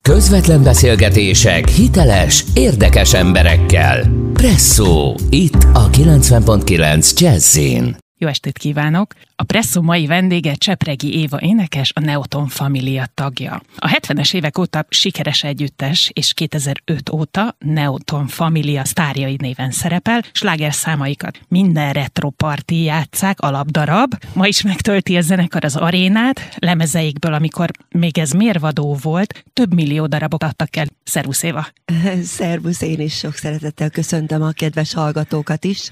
Közvetlen beszélgetések hiteles, érdekes emberekkel. Presszó, itt a 90.9 Jazzin. Jó estét kívánok! A Presszó mai vendége Csepregi Éva énekes, a Neoton Família tagja. A 70-es évek óta sikeres együttes, és 2005 óta Neoton Família sztárjai néven szerepel, slágerszámaikat minden retro parti játsszák, alapdarab. Ma is megtölti a zenekar az arénát, lemezeikből, amikor még ez mérvadó volt, több millió darabot adtak el. Szervusz Éva! Szervusz, én is sok szeretettel köszöntöm a kedves hallgatókat is.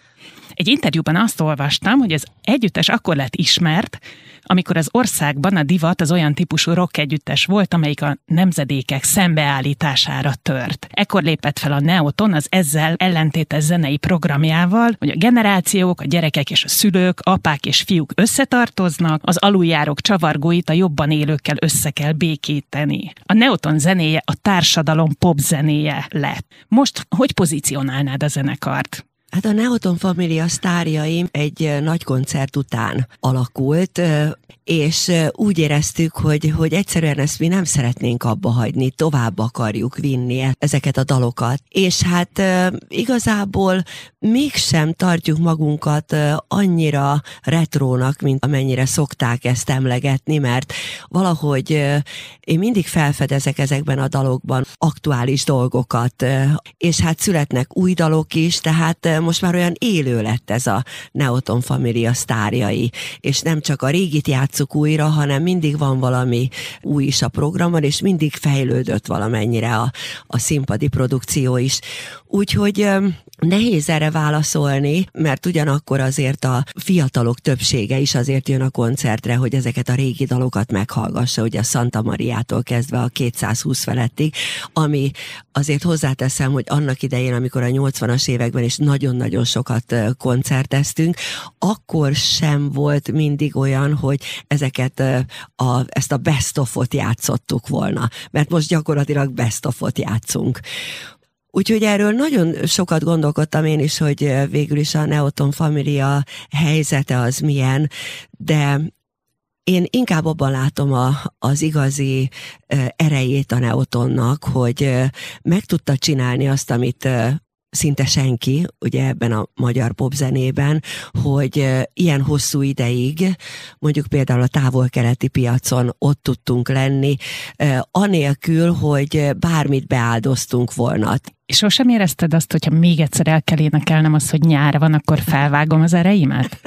Egy interjúban azt olvastam, hogy az együttes akkor lett ismert, amikor az országban a divat az olyan típusú rock együttes volt, amelyik a nemzedékek szembeállítására tört. Ekkor lépett fel a Neoton az ezzel ellentétes zenei programjával, hogy a generációk, a gyerekek és a szülők, apák és fiúk összetartoznak, az aluljárók csavargóit a jobban élőkkel össze kell békíteni. A Neoton zenéje a társadalom pop zenéje lett. Most hogy pozícionálnád a zenekart? Hát a Neoton Família sztárjaim egy nagy koncert után alakult, és úgy éreztük, hogy egyszerűen ezt mi nem szeretnénk abba hagyni, tovább akarjuk vinni ezeket a dalokat. És hát igazából mégsem tartjuk magunkat annyira retrónak, mint amennyire szokták ezt emlegetni, mert valahogy én mindig felfedezek ezekben a dalokban aktuális dolgokat, és hát születnek új dalok is, tehát most már olyan élő lett ez a Neoton Família sztárjai, és nem csak a régit játsszuk újra, hanem mindig van valami új is a programon, és mindig fejlődött valamennyire a színpadi produkció is. Úgyhogy nehéz erre válaszolni, mert ugyanakkor azért a fiatalok többsége is azért jön a koncertre, hogy ezeket a régi dalokat meghallgassa, ugye a Santa Mariától kezdve a 220 felettig, ami azért hozzáteszem, hogy annak idején, amikor a 80-as években is nagyon-nagyon sokat koncerteztünk, akkor sem volt mindig olyan, hogy ezt a best of-ot játszottuk volna, mert most gyakorlatilag best of-ot játszunk. Úgyhogy erről nagyon sokat gondolkodtam én is, hogy végül is a Neoton Família helyzete az milyen, de én inkább abban látom az igazi erejét a Neotonnak, hogy meg tudta csinálni azt, amit szinte senki, ugye ebben a magyar popzenében, hogy ilyen hosszú ideig, mondjuk például a távol-keleti piacon ott tudtunk lenni, anélkül, hogy bármit beáldoztunk volna. És sosem érezted azt, hogyha még egyszer el kell énekelnem azt, hogy nyár van, akkor felvágom az ereimet?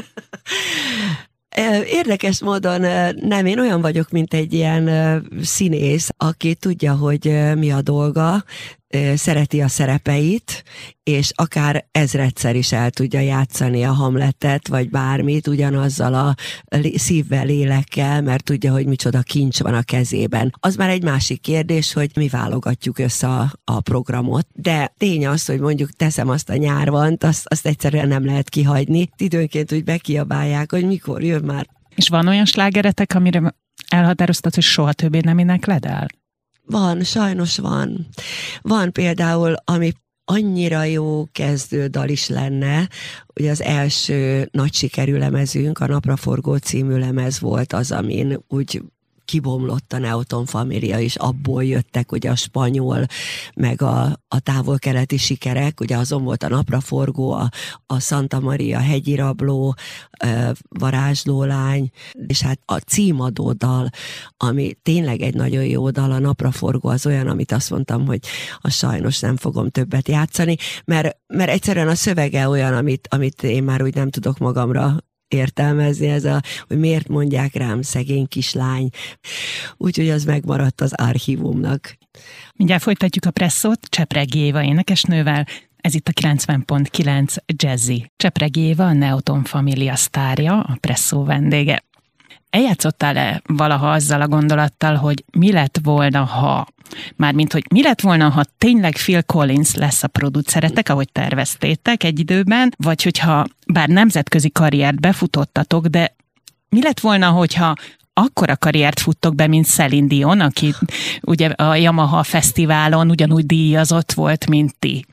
Érdekes módon nem, én olyan vagyok, mint egy ilyen színész, aki tudja, hogy mi a dolga, szereti a szerepeit, és akár ezredszer is el tudja játszani a Hamletet, vagy bármit, ugyanazzal a szívvel, lélekkel, mert tudja, hogy micsoda kincs van a kezében. Az már egy másik kérdés, hogy mi válogatjuk össze a programot, de tény az, hogy mondjuk teszem azt a nyárvant, azt egyszerűen nem lehet kihagyni. Időnként úgy bekiabálják, hogy mikor jön már. És van olyan slágeretek, amire elhatároztad, hogy soha többé nem énekled el? Van, sajnos van. Van például, ami annyira jó kezdődal is lenne, ugye az első nagy sikerű lemezünk, a Napraforgó című lemez volt az, amin úgy kibomlott a Neoton Família, és abból jöttek ugye a spanyol, meg a távol-keleti sikerek, ugye azon volt a Napraforgó, a Santa Maria, Hegyi rabló, Varázslólány, és hát a címadó dal, ami tényleg egy nagyon jó dal, a Napraforgó az olyan, amit azt mondtam, hogy sajnos nem fogom többet játszani, mert egyszerűen a szövege olyan, amit én már úgy nem tudok magamra értelmezni, hogy miért mondják rám szegény kislány. Úgyhogy az megmaradt az archívumnak. Mindjárt folytatjuk a Presszót Csepregi Éva énekesnővel. Ez itt a 90.9 Jazzy. Csepregi Éva, a Neoton Família sztárja, a Presszó vendége. Eljátszottál-e valaha azzal a gondolattal, hogy mi lett volna, ha? Mármint, hogy mi lett volna, ha tényleg Phil Collins lesz a produceretek, ahogy terveztétek egy időben, vagy hogyha bár nemzetközi karriert befutottatok, de mi lett volna, hogyha akkora karriert futtok be, mint Celine Dion, aki ugye a Yamaha fesztiválon ugyanúgy díjazott volt, mint ti?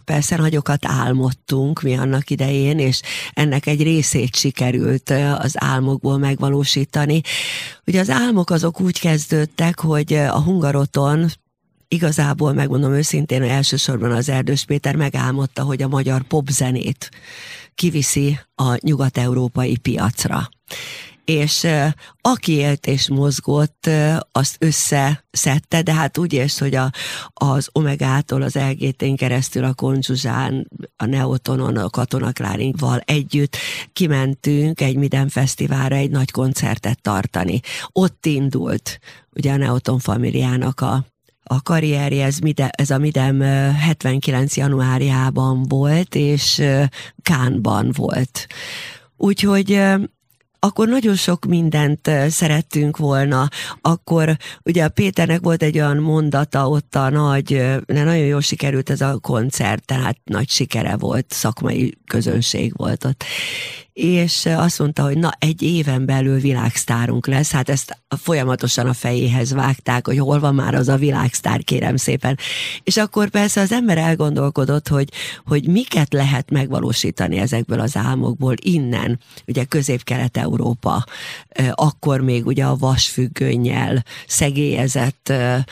Persze nagyokat álmodtunk mi annak idején, és ennek egy részét sikerült az álmokból megvalósítani. Ugye az álmok azok úgy kezdődtek, hogy a Hungaroton igazából, megmondom őszintén, hogy elsősorban az Erdős Péter megálmodta, hogy a magyar popzenét kiviszi a nyugat-európai piacra. És aki élt és mozgott, azt összeszedte, de hát úgy érsz, hogy az Omegától, az LGT-n keresztül, a Konzsuzsán, a Neotonon, a Katona Klárinval együtt kimentünk egy Midem Fesztiválra egy nagy koncertet tartani. Ott indult ugye a Neoton Familiának a karrierje, ez a Midem 79. januárjában volt, és Cannes-ban volt. Úgyhogy akkor nagyon sok mindent szerettünk volna. Akkor ugye a Péternek volt egy olyan mondata ott nagyon jól sikerült ez a koncert, tehát nagy sikere volt, szakmai közönség volt ott. És azt mondta, hogy egy éven belül világsztárunk lesz, hát ezt folyamatosan a fejéhez vágták, hogy hol van már az a világsztár, kérem szépen. És akkor persze az ember elgondolkodott, hogy miket lehet megvalósítani ezekből az álmokból innen, ugye Közép-Kelet-Európa, akkor még ugye a vasfüggönnyel szegélyezett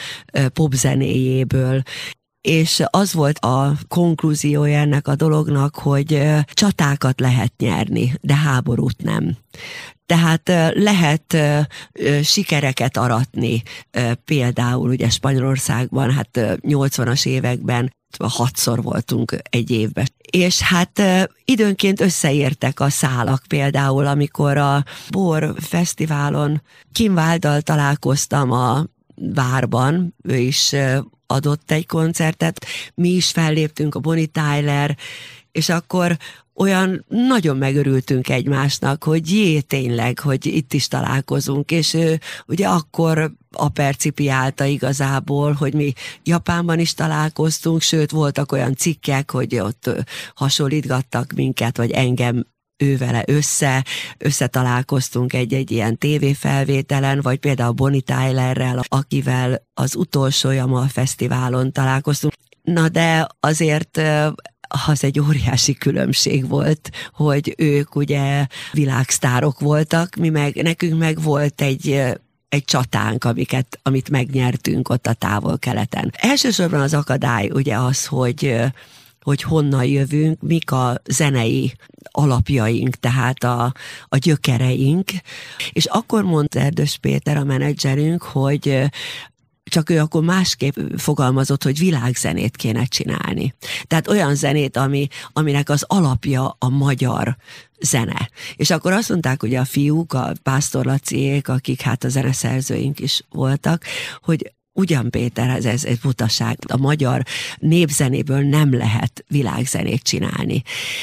popzenéjéből, és az volt a konklúziója ennek a dolognak, hogy csatákat lehet nyerni, de háborút nem. Tehát lehet sikereket aratni, például ugye Spanyolországban, hát 80-as években 6-szor voltunk egy évben. És hát időnként összeértek a szálak, például amikor a Bor Fesztiválon Kim Wilde-dal találkoztam a Várban, ő is adott egy koncertet, mi is felléptünk, a Bonnie Tyler, és akkor olyan nagyon megörültünk egymásnak, hogy tényleg, hogy itt is találkozunk, és ő ugye akkor apercipiálta igazából, hogy mi Japánban is találkoztunk, sőt voltak olyan cikkek, hogy ott hasonlítgattak minket, vagy engem ővele összetalálkoztunk egy ilyen tévéfelvételen, vagy például Bonnie Tylerrel, akivel az utolsó Jamal Fesztiválon találkoztunk. Na de azért az egy óriási különbség volt, hogy ők ugye világsztárok voltak, nekünk meg volt egy csatánk, amit megnyertünk ott a Távol-Keleten. Elsősorban az akadály ugye az, hogy honnan jövünk, mik a zenei alapjaink, tehát a gyökereink. És akkor mondta Erdős Péter, a menedzserünk, hogy csak ő akkor másképp fogalmazott, hogy világzenét kéne csinálni. Tehát olyan zenét, aminek az alapja a magyar zene. És akkor azt mondták, hogy a fiúk, a Pásztor Laciék, akik hát a zeneszerzőink is voltak, hogy ugyan Péter, ez egy butaság. A magyar népzenéből nem lehet világzenét csinálni.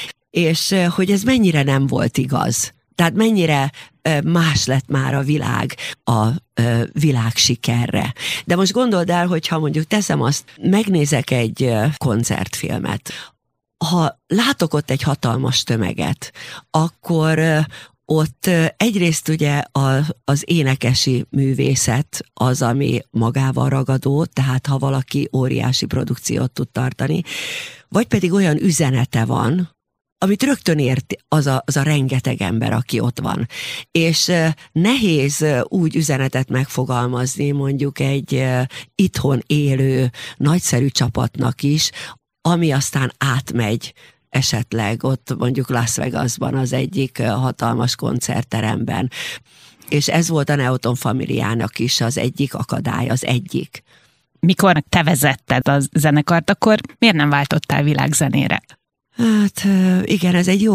És hogy ez mennyire nem volt igaz. Tehát mennyire más lett már a világ a világ sikerre. De most gondold el, hogyha mondjuk teszem azt, megnézek egy koncertfilmet, ha látok ott egy hatalmas tömeget, akkor ott egyrészt ugye az énekesi művészet az, ami magával ragadó, tehát ha valaki óriási produkciót tud tartani, vagy pedig olyan üzenete van, amit rögtön ért az a rengeteg ember, aki ott van. És nehéz úgy üzenetet megfogalmazni mondjuk egy itthon élő, nagyszerű csapatnak is, ami aztán átmegy esetleg ott mondjuk Las Vegasban az egyik hatalmas koncertteremben. És ez volt a Neoton Familiának is az egyik akadály, az egyik. Mikor te vezetted a zenekart, akkor miért nem váltottál világzenére? Hát igen, ez egy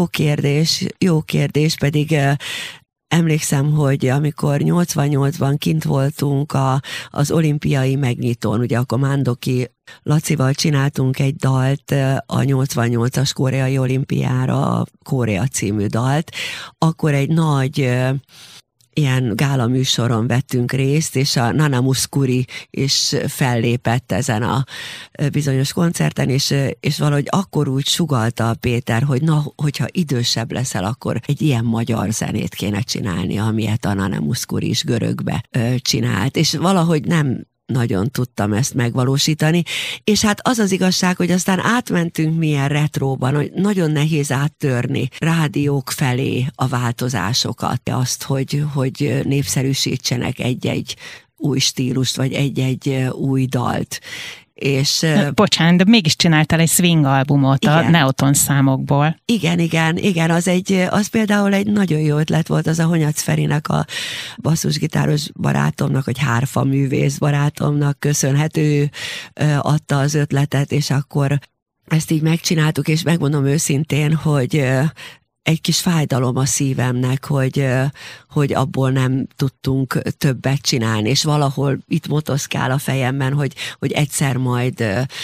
jó kérdés, pedig emlékszem, hogy amikor 88-ban kint voltunk az olimpiai megnyitón, ugye akkor Mándoki Lacival csináltunk egy dalt a 88-as koreai olimpiára, a Korea című dalt, akkor egy nagy ilyen gála műsoron vettünk részt, és a Nana Mouskouri is fellépett ezen a bizonyos koncerten, és valahogy akkor úgy sugallta a Péter, hogy hogyha idősebb leszel, akkor egy ilyen magyar zenét kéne csinálni, amilyet a Nana Mouskouri is görögbe csinált, és valahogy nagyon tudtam ezt megvalósítani, és hát az az igazság, hogy aztán átmentünk milyen retróban, hogy nagyon nehéz áttörni rádiók felé a változásokat, azt, hogy népszerűsítsenek egy-egy új stílust, vagy egy-egy új dalt. És, bocsánat, de mégis csináltál egy swing albumot a Neoton számokból. Igen, az például egy nagyon jó ötlet volt, az a Honyac Ferinek, a basszusgitáros barátomnak, vagy hárfa művész barátomnak köszönhető, adta az ötletet, és akkor ezt így megcsináltuk, és megmondom őszintén, hogy egy kis fájdalom a szívemnek, hogy abból nem tudtunk többet csinálni, és valahol itt motoszkál a fejemben, hogy egyszer majd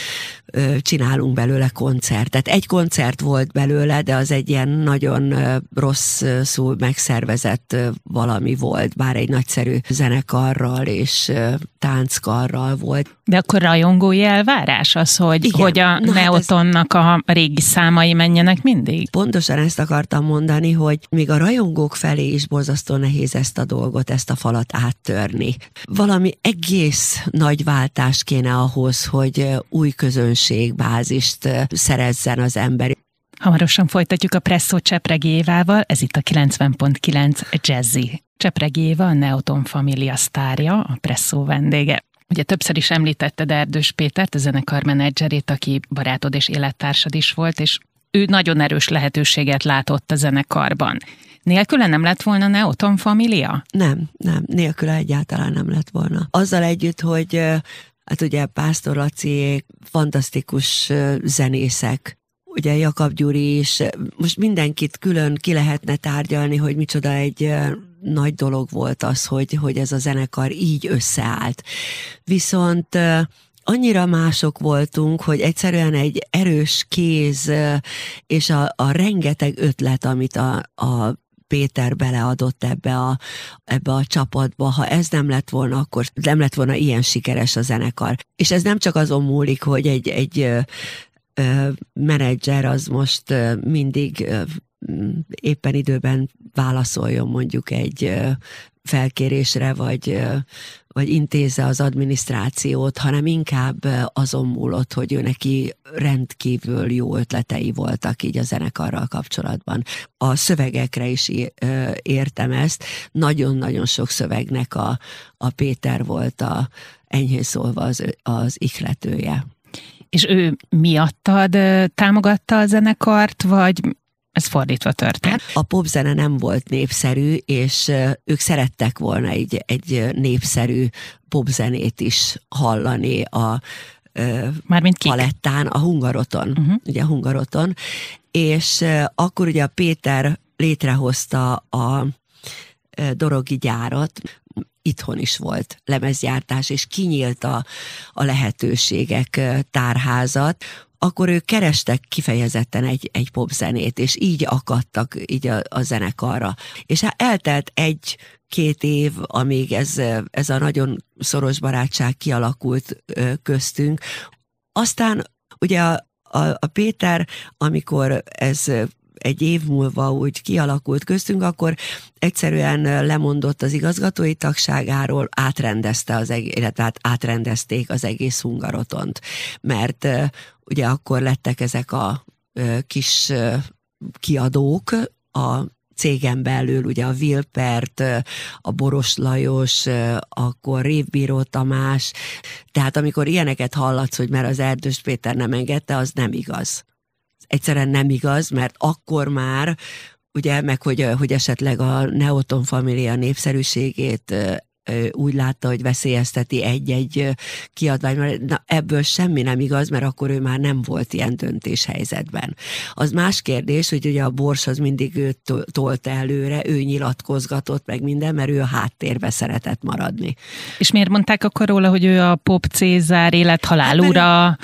csinálunk belőle koncertet. Egy koncert volt belőle, de az egy ilyen nagyon rosszul megszervezett valami volt, bár egy nagyszerű zenekarral és tánckarral volt. De akkor rajongói elvárás az, hogy a Neotonnak a régi számai menjenek mindig? Pontosan ezt akartam mondani, hogy még a rajongók felé is borzasztó nehéz ezt a dolgot, ezt a falat áttörni. Valami egész nagy váltás kéne ahhoz, hogy új közönségbázist szerezzen az ember. Hamarosan folytatjuk a Presszó Csepregi Évával, ez itt a 90.9 Jazzy. Csepregi Éva, a Neoton Família sztárja, a Presszó vendége. Ugye többször is említetted Erdős Pétert, a zenekar menedzserét, aki barátod és élettársad is volt, és ő nagyon erős lehetőséget látott a zenekarban. Nélküle nem lett volna Neoton Família? Nem, nélküle egyáltalán nem lett volna. Azzal együtt, hogy hát ugye Pásztor Laciék fantasztikus zenészek, ugye Jakab Gyuri is, most mindenkit külön ki lehetne tárgyalni, hogy micsoda egy nagy dolog volt az, hogy ez a zenekar így összeállt. Viszont annyira mások voltunk, hogy egyszerűen egy erős kéz és a rengeteg ötlet, amit a Péter beleadott ebbe a csapatba, ha ez nem lett volna, akkor nem lett volna ilyen sikeres a zenekar. És ez nem csak azon múlik, hogy egy menedzser az most mindig éppen időben válaszoljon mondjuk egy felkérésre, vagy intézze az adminisztrációt, hanem inkább azon múlott, hogy ő neki rendkívül jó ötletei voltak így a zenekarral kapcsolatban. A szövegekre is értem ezt. Nagyon-nagyon sok szövegnek a Péter volt enyhén szólva az ihletője. És ő miattad támogatta a zenekart, vagy ez fordítva történt? A popzene nem volt népszerű, és ők szerettek volna egy népszerű popzenét is hallani a palettán, a Hungaroton, ugye a Hungaroton, és akkor ugye a Péter létrehozta a Dorogi gyárat, itthon is volt lemezgyártás, és kinyílt a lehetőségek tárházat, akkor ők kerestek kifejezetten egy popzenét, és így akadtak így a zenekarra. És eltelt 1-2 év, amíg ez a nagyon szoros barátság kialakult köztünk. Aztán ugye a Péter, amikor ez egy év múlva úgy kialakult köztünk, akkor egyszerűen lemondott az igazgatói tagságáról, átrendezték az egész Hungarotont. Mert ugye akkor lettek ezek a kis kiadók a cégen belül, ugye a Vilpert, a Boros Lajos, akkor Révbíró Tamás, tehát amikor ilyeneket hallatsz, hogy mert az Erdős Péter nem engedte, az nem igaz. Egyszerűen nem igaz, mert akkor már, ugye, meg hogy esetleg a Neoton Família népszerűségét úgy látta, hogy veszélyezteti egy-egy kiadvány, na ebből semmi nem igaz, mert akkor ő már nem volt ilyen döntéshelyzetben. Az más kérdés, hogy ugye a Bors az mindig őt tolta előre, ő nyilatkozgatott meg minden, mert ő a háttérbe szeretett maradni. És miért mondták akkor róla, hogy ő a Pop Cézár élet-halál ura?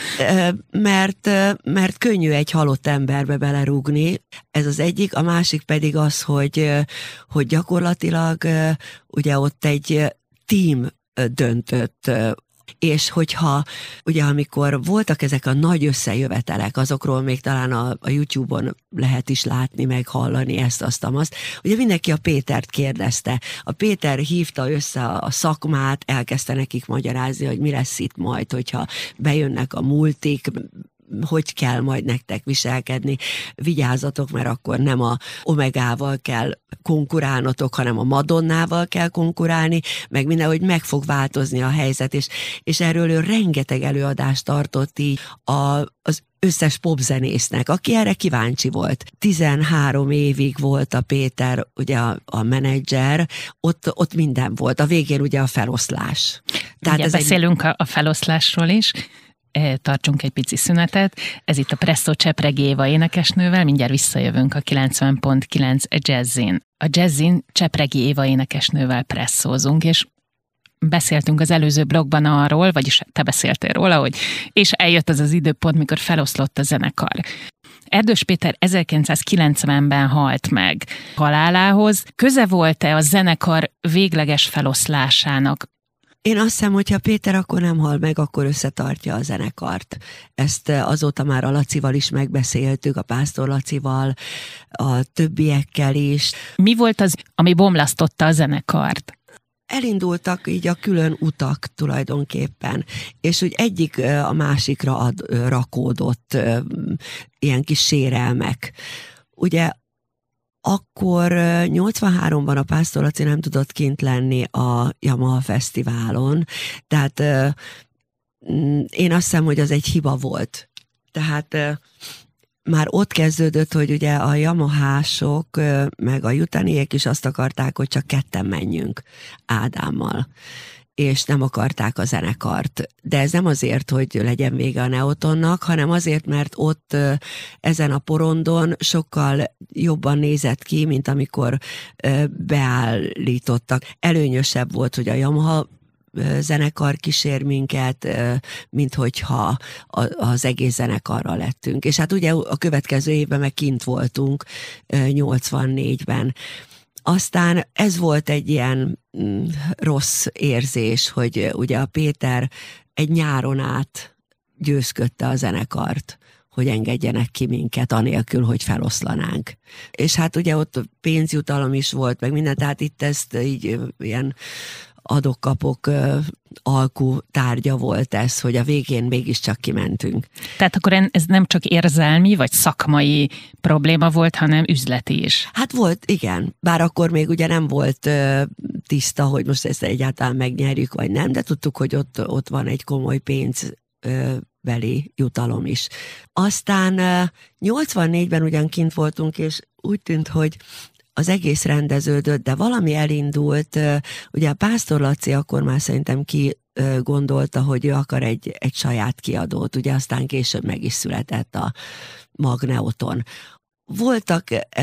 Mert könnyű egy halott emberbe belerúgni, ez az egyik, a másik pedig az, hogy gyakorlatilag ugye ott egy team döntött És hogyha, ugye amikor voltak ezek a nagy összejövetelek, azokról még talán a YouTube-on lehet is látni, meg hallani ezt, azt, ugye mindenki a Pétert kérdezte. A Péter hívta össze a szakmát, elkezdte nekik magyarázni, hogy mi lesz itt majd, hogyha bejönnek a multik, hogy kell majd nektek viselkedni, vigyázzatok, mert akkor nem a Omegával kell konkurálnotok, hanem a Madonnával kell konkurálni, meg minden, hogy meg fog változni a helyzet, és erről ő rengeteg előadást tartott így az összes popzenésznek, aki erre kíváncsi volt. 13 évig volt a Péter, ugye a menedzser, ott minden volt. A végén ugye a feloszlás. Tehát ugye beszélünk a feloszlásról is. Tartsunk egy pici szünetet. Ez itt a Presszó Csepregi Éva énekesnővel, mindjárt visszajövünk a 90.9 Jazzin. A Jazzin Csepregi Éva énekesnővel presszózunk, és beszéltünk az előző blogban arról, vagyis te beszéltél róla, hogy és eljött az időpont, mikor feloszlott a zenekar. Erdős Péter 1990-ben halt meg. Halálához köze volt-e a zenekar végleges feloszlásának? Én azt hiszem, hogyha Péter akkor nem hal meg, akkor összetartja a zenekart. Ezt azóta már a Lacival is megbeszéltük, a Pásztor Lacival, a többiekkel is. Mi volt az, ami bomlasztotta a zenekart? Elindultak így a külön utak tulajdonképpen, és úgy egyik a másikra rakódott ilyen kis sérelmek. Ugye akkor 83-ban a Pásztor Laci nem tudott kint lenni a Yamaha Fesztiválon, tehát én azt hiszem, hogy az egy hiba volt. Tehát már ott kezdődött, hogy ugye a Yamahások meg a Jutaniék is azt akarták, hogy csak ketten menjünk Ádámmal, és nem akarták a zenekart. De ez nem azért, hogy legyen vége a Neotonnak, hanem azért, mert ott ezen a porondon sokkal jobban nézett ki, mint amikor beállítottak. Előnyösebb volt, hogy a Yamaha zenekar kísér minket, mint hogyha az egész zenekarral lettünk. És hát ugye a következő évben meg kint voltunk 84-ben. Aztán ez volt egy ilyen rossz érzés, hogy ugye a Péter egy nyáron át győzködte a zenekart, hogy engedjenek ki minket, anélkül, hogy feloszlanánk. És hát ugye ott pénzjutalom is volt, meg minden, tehát itt ezt így ilyen adok-kapok alkú tárgya volt ez, hogy a végén mégiscsak kimentünk. Tehát akkor ez nem csak érzelmi vagy szakmai probléma volt, hanem üzleti is. Hát volt, igen. Bár akkor még ugye nem volt tiszta, hogy most ezt egyáltalán megnyerjük, vagy nem, de tudtuk, hogy ott van egy komoly pénzbeli jutalom is. Aztán 84-ben ugyan kint voltunk, és úgy tűnt, hogy az egész rendeződött, de valami elindult, ugye a Pásztor Laci akkor már szerintem gondolta, hogy ő akar egy saját kiadót, ugye aztán később meg is született a Magneoton. Voltak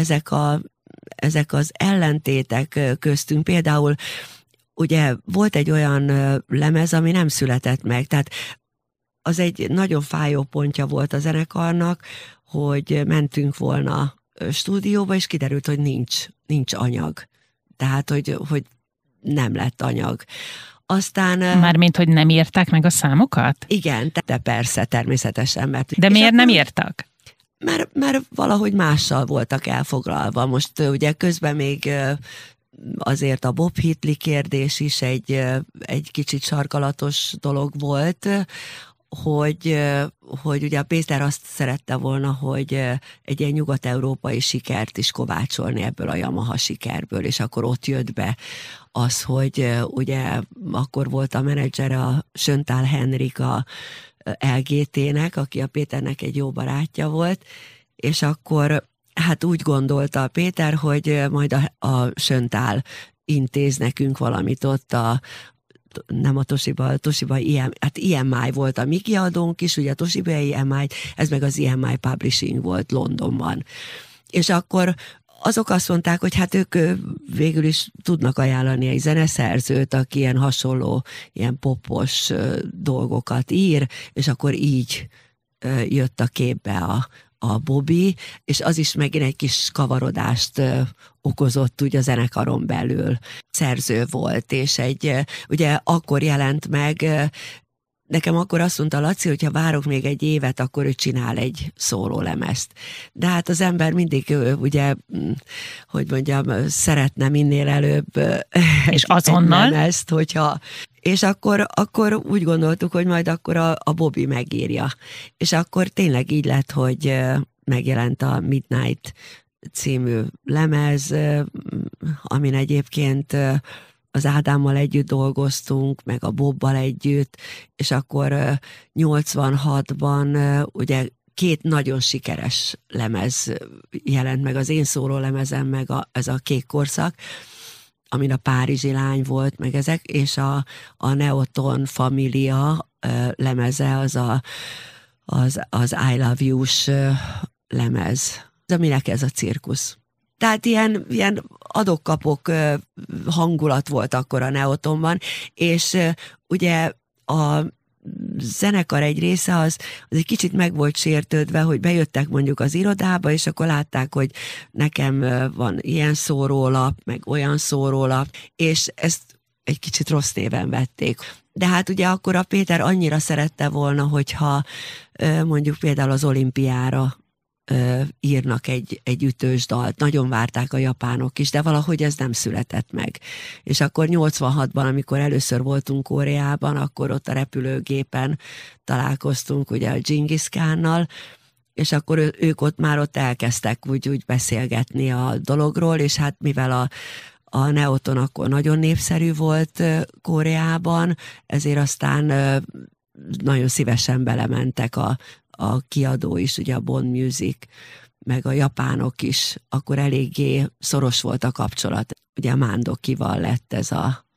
ezek az ellentétek köztünk, például ugye volt egy olyan lemez, ami nem született meg, tehát az egy nagyon fájó pontja volt a zenekarnak, hogy mentünk volna stúdióba, és kiderült, hogy nincs anyag. Tehát, hogy nem lett anyag. Aztán... Mármint, hogy nem írták meg a számokat? Igen, de persze, természetesen. De miért nem írtak? Mert valahogy mással voltak elfoglalva. Most ugye közben még azért a Bob Hitley kérdés is egy kicsit sarkalatos dolog volt, hogy ugye a Péter azt szerette volna, hogy egy ilyen nyugat-európai sikert is kovácsolni ebből a Yamaha sikerből, és akkor ott jött be az, hogy ugye akkor volt a menedzsere a Söntál Henrik a LGT-nek, aki a Péternek egy jó barátja volt, és akkor hát úgy gondolta a Péter, hogy majd a Söntál intéz nekünk valamit ott nem a Toshiba EMI volt a mi kiadónk is, ugye a Toshiba EMI, ez meg az EMI Publishing volt Londonban. És akkor azok azt mondták, hogy hát ők végül is tudnak ajánlani egy zeneszerzőt, aki ilyen hasonló, ilyen popos dolgokat ír, és akkor így jött a képbe a Bobby, és az is megint egy kis kavarodást okozott úgy a zenekaron belül. Szerző volt, és ugye akkor jelent meg nekem akkor azt mondta Laci, hogy ha várok még egy évet, akkor ő csinál egy szólólemezt. De hát az ember mindig, ugye, hogy mondjam, szeretne minél előbb és azonnal lemezt, hogyha... És akkor úgy gondoltuk, hogy majd akkor a Bobby megírja. És akkor tényleg így lett, hogy megjelent a Midnight című lemez, amin egyébként az Ádámmal együtt dolgoztunk, meg a Bobbal együtt, és akkor 86-ban ugye 2 nagyon sikeres lemez jelent meg, az én szóló lemezem, meg ez a Kék korszak, amin a Párizsi lány volt, meg ezek, és a Neoton Família lemeze, az I Love You-s lemez. Minek ez a cirkusz? Tehát ilyen adok-kapok hangulat volt akkor a Neotonban, és ugye a zenekar egy része az egy kicsit meg volt sértődve, hogy bejöttek mondjuk az irodába, és akkor látták, hogy nekem van ilyen szórólap, meg olyan szórólap, és ezt egy kicsit rossz néven vették. De hát ugye akkor a Péter annyira szerette volna, hogyha mondjuk például az olimpiára írnak egy ütős dalt. Nagyon várták a japánok is, de valahogy ez nem született meg. És akkor 86-ban, amikor először voltunk Koreában, akkor ott a repülőgépen találkoztunk ugye a Dzsingisz Kánnal, és akkor ők ott elkezdtek úgy beszélgetni a dologról, és hát mivel a Neoton akkor nagyon népszerű volt Koreában, ezért aztán nagyon szívesen belementek a kiadó is, ugye a Bond Music, meg a japánok is, akkor eléggé szoros volt a kapcsolat. Ugye a Mandokival lett ez a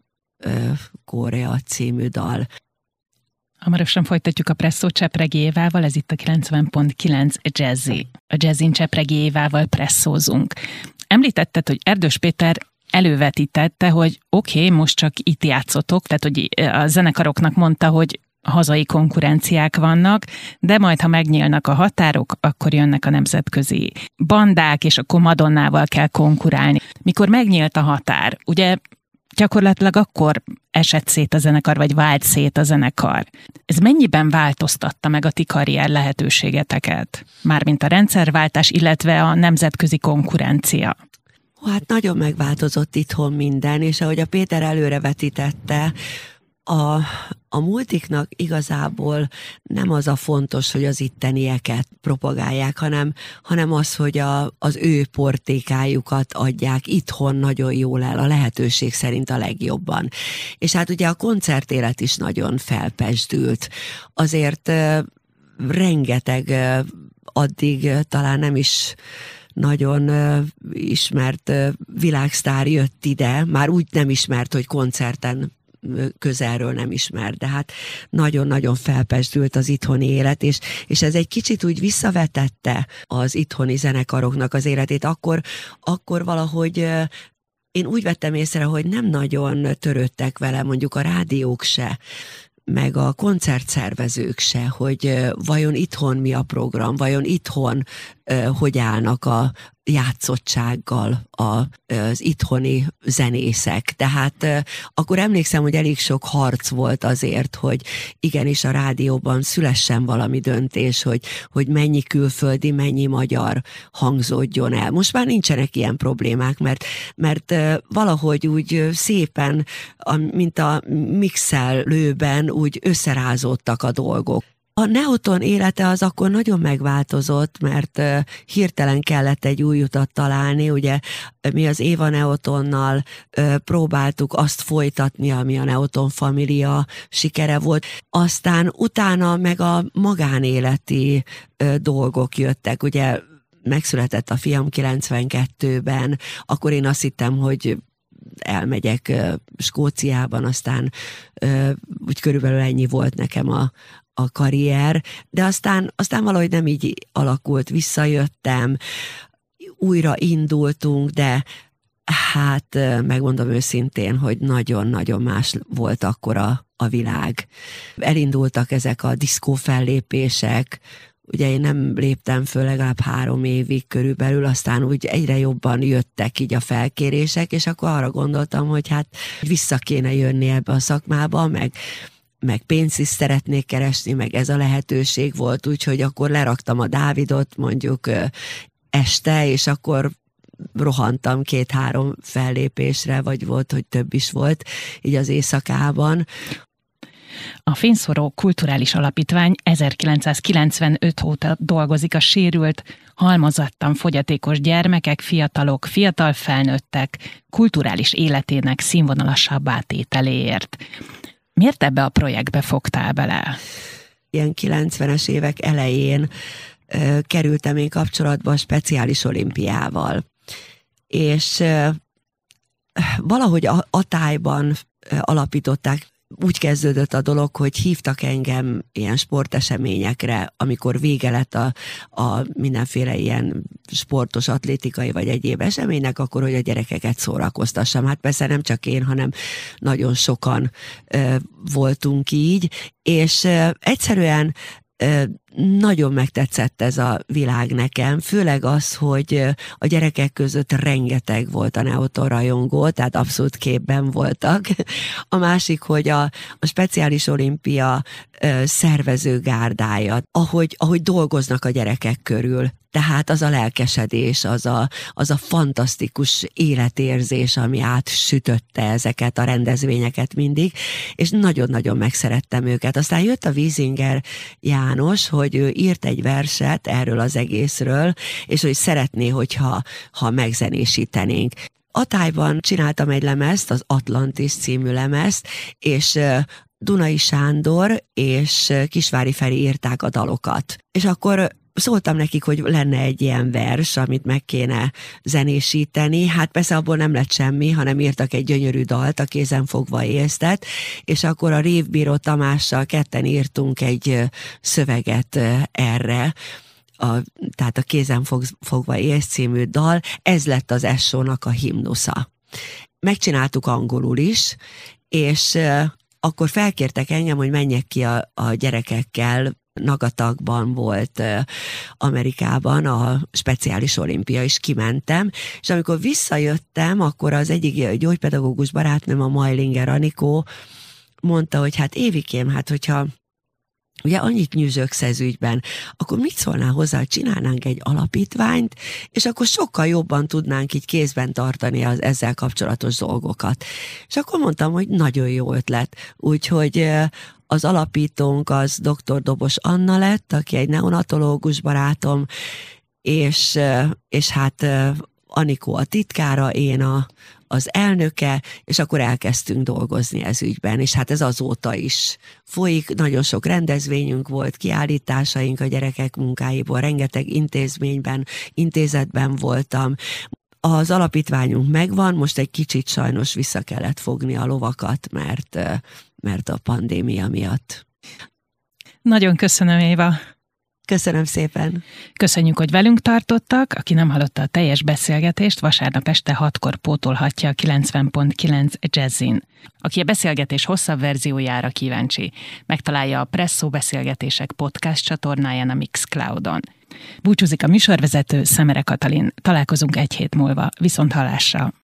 Korea című dal. Hamarosan folytatjuk a Presszó Csepregi Évával, ez itt a 90.9 Jazzy. A Jazzin Csepregi Évával presszózunk. Említetted, hogy Erdős Péter elővetítette, hogy oké, most csak itt játszotok, tehát hogy a zenekaroknak mondta, hogy hazai konkurenciák vannak, de majd, ha megnyílnak a határok, akkor jönnek a nemzetközi bandák, és akkor Madonnával kell konkurálni. Mikor megnyílt a határ, ugye gyakorlatilag akkor esett szét a zenekar, vagy vált szét a zenekar. Ez mennyiben változtatta meg a ti karrier lehetőségeteket? Mármint a rendszerváltás, illetve a nemzetközi konkurencia. Hát nagyon megváltozott itthon minden, és ahogy a Péter előrevetítette, a multiknak igazából nem az a fontos, hogy az ittenieket propagálják, hanem az, hogy az ő portékájukat adják itthon nagyon jól el, a lehetőség szerint a legjobban. És hát ugye a koncertélet is nagyon felpezsdült. Azért rengeteg addig talán nem is nagyon ismert világsztár jött ide, már úgy nem ismert, hogy koncerten közelről nem ismer, de hát nagyon-nagyon felpezsdült az itthoni élet, és ez egy kicsit úgy visszavetette az itthoni zenekaroknak az életét. Akkor valahogy én úgy vettem észre, hogy nem nagyon törődtek vele, mondjuk a rádiók se, meg a koncertszervezők se, hogy vajon itthon mi a program, vajon itthon hogy állnak a játszottsággal az itthoni zenészek. Tehát akkor emlékszem, hogy elég sok harc volt azért, hogy igenis a rádióban szülessen valami döntés, hogy mennyi külföldi, mennyi magyar hangzódjon el. Most már nincsenek ilyen problémák, mert valahogy úgy szépen, mint a mixelőben úgy összerázódtak a dolgok. A Neoton élete az akkor nagyon megváltozott, mert hirtelen kellett egy új utat találni, ugye mi az Éva Neotonnal próbáltuk azt folytatni, ami a Neoton Família sikere volt. Aztán utána meg a magánéleti dolgok jöttek, ugye megszületett a fiam 92-ben, akkor én azt hittem, hogy elmegyek Skóciában, aztán úgy körülbelül ennyi volt nekem a karrier, de aztán valahogy nem így alakult, visszajöttem, újra indultunk, de hát megmondom őszintén, hogy nagyon-nagyon más volt akkor a világ. Elindultak ezek a diszkó fellépések, ugye én nem léptem föl legalább 3 évig körülbelül, aztán úgy egyre jobban jöttek így a felkérések, és akkor arra gondoltam, hogy hát vissza kéne jönni ebbe a szakmába, meg meg pénzt is szeretnék keresni, meg ez a lehetőség volt, úgyhogy akkor leraktam a Dávidot mondjuk este, és akkor rohantam 2-3 fellépésre, vagy volt, hogy több is volt, így az éjszakában. A Fényszóró Kulturális Alapítvány 1995 óta dolgozik a sérült, halmozottan fogyatékos gyermekek, fiatalok, fiatal felnőttek kulturális életének színvonalasabb átételéért. Miért ebbe a projektbe fogtál bele? Ilyen 90-es évek elején kerültem én kapcsolatba a Speciális Olimpiával. És valahogy a tájban alapították, úgy kezdődött a dolog, hogy hívtak engem ilyen sporteseményekre, amikor vége lett a mindenféle ilyen sportos, atlétikai vagy egyéb eseménynek, akkor, hogy a gyerekeket szórakoztassam. Hát persze nem csak én, hanem nagyon sokan voltunk így, és egyszerűen nagyon megtetszett ez a világ nekem, főleg az, hogy a gyerekek között rengeteg volt a Neoton rajongó, tehát abszolút képben voltak. A másik, hogy a Speciális Olimpia szervezőgárdája, ahogy dolgoznak a gyerekek körül. Tehát az a lelkesedés, az a fantasztikus életérzés, ami átsütötte ezeket a rendezvényeket mindig, és nagyon-nagyon megszerettem őket. Aztán jött a Wiesinger János, hogy ő írt egy verset erről az egészről, és hogy szeretné, hogyha megzenésítenénk. A tájban csináltam egy lemezt, az Atlantis című lemezt, és Dunai Sándor és Kisvári Feri írták a dalokat. És akkor szóltam nekik, hogy lenne egy ilyen vers, amit meg kéne zenésíteni. Hát persze abból nem lett semmi, hanem írtak egy gyönyörű dalt, a Kézen fogva észtet, és akkor a Révbíró Tamással ketten írtunk egy szöveget erre, tehát a Kézen fogva élsz című dal, ez lett az Esso-nak a himnusza. Megcsináltuk angolul is, és akkor felkértek engem, hogy menjek ki a gyerekekkel. Nagatagban volt Amerikában a Speciális Olimpia, is kimentem, és amikor visszajöttem, akkor az egyik gyógypedagógus barátnőm, a Majlinger Anikó mondta, hogy hát Évikém, hát hogyha ugye annyit nyűzögsz ez ügyben, akkor mit szólnál hozzá, hogy csinálnánk egy alapítványt, és akkor sokkal jobban tudnánk így kézben tartani az ezzel kapcsolatos dolgokat. És akkor mondtam, hogy nagyon jó ötlet. Úgyhogy az alapítónk az dr. Dobos Anna lett, aki egy neonatológus barátom, és hát Anikó a titkára, én az elnöke, és akkor elkezdtünk dolgozni ez ügyben, és hát ez azóta is folyik, nagyon sok rendezvényünk volt, kiállításaink a gyerekek munkáiból, rengeteg intézetben voltam. Az alapítványunk megvan, most egy kicsit sajnos vissza kellett fogni a lovakat, mert a pandémia miatt. Nagyon köszönöm, Éva. Köszönöm szépen. Köszönjük, hogy velünk tartottak. Aki nem hallotta a teljes beszélgetést, vasárnap este 6-kor pótolhatja a 90.9 Jazzin. Aki a beszélgetés hosszabb verziójára kíváncsi, megtalálja a Presszó Beszélgetések podcast csatornáján a Mixcloudon. Búcsúzik a műsorvezető, Szemere Katalin. Találkozunk egy hét múlva. Viszonthallásra!